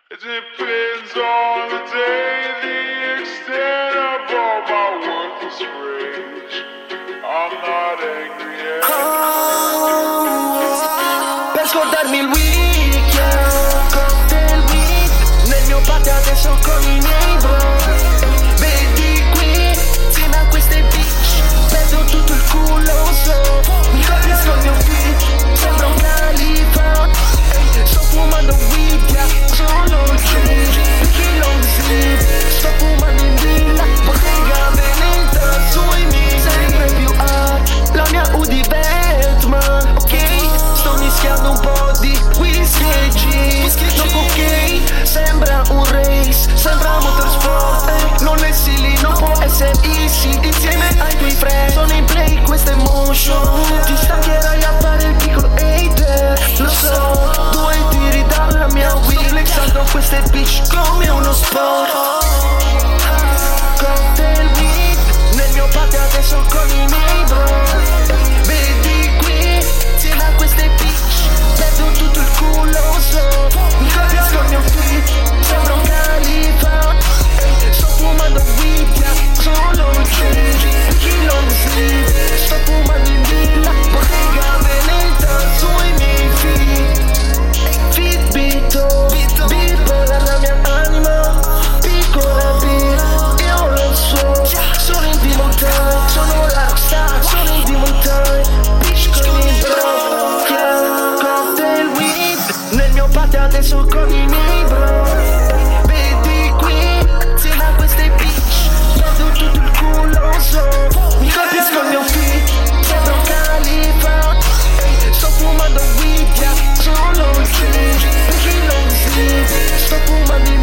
It depends on the day, the extent of all my worthless rage. I'm not angry yet. Per scordarmi il weekend, cocktail week, nel mio party adesso con i miei bro. Vedi qui, insieme a queste bitch, perdo tutto il culo, so. Mi capisco il mio beat, sembra un califa. Sto fumando weed, yeah, sono il king, chi long sleeve. Sto fumando in villa, bottega veneta sui miei. Sempre più hard, la mia Udi Batman, ok? Sto mischiando un po' di whisky e gin. Dopo ok, sembra un race, sembra motorsport, non è silly, non può essere easy. Insieme ai tuoi friend, sono in play, questa è motion. Ti stancherai a fare il piccolo hater, lo so. Due tiri dalla mia weed, sto flexando queste bitch come uno sport. Cocktail weed, nel mio party adesso con i miei bro. Vedi qui, insieme a queste bitch, perdo tutto il culo, so. Mi capisco il mio tweet, sembra un califa. Sto fumando weed, yeah, sono il king, chi long sleeve. Sto fumando in villa, bottega veneta sui miei feet. Fitbito, bipolar la mia anima, piccola beat, io lo so. Sono in D-Mountain, sono la rockstar, sono in D-Mountain, bitch con i bro, yeah. Cocktail weed, nel mio party adesso con i miei bro. Vedi qui, insieme a queste bitch, perdo tutto il culo, so. Mi capisco il mio feet, sembra un califa. Sto fumando weed, yeah, sono il king, chi long sleeve. Sto fumando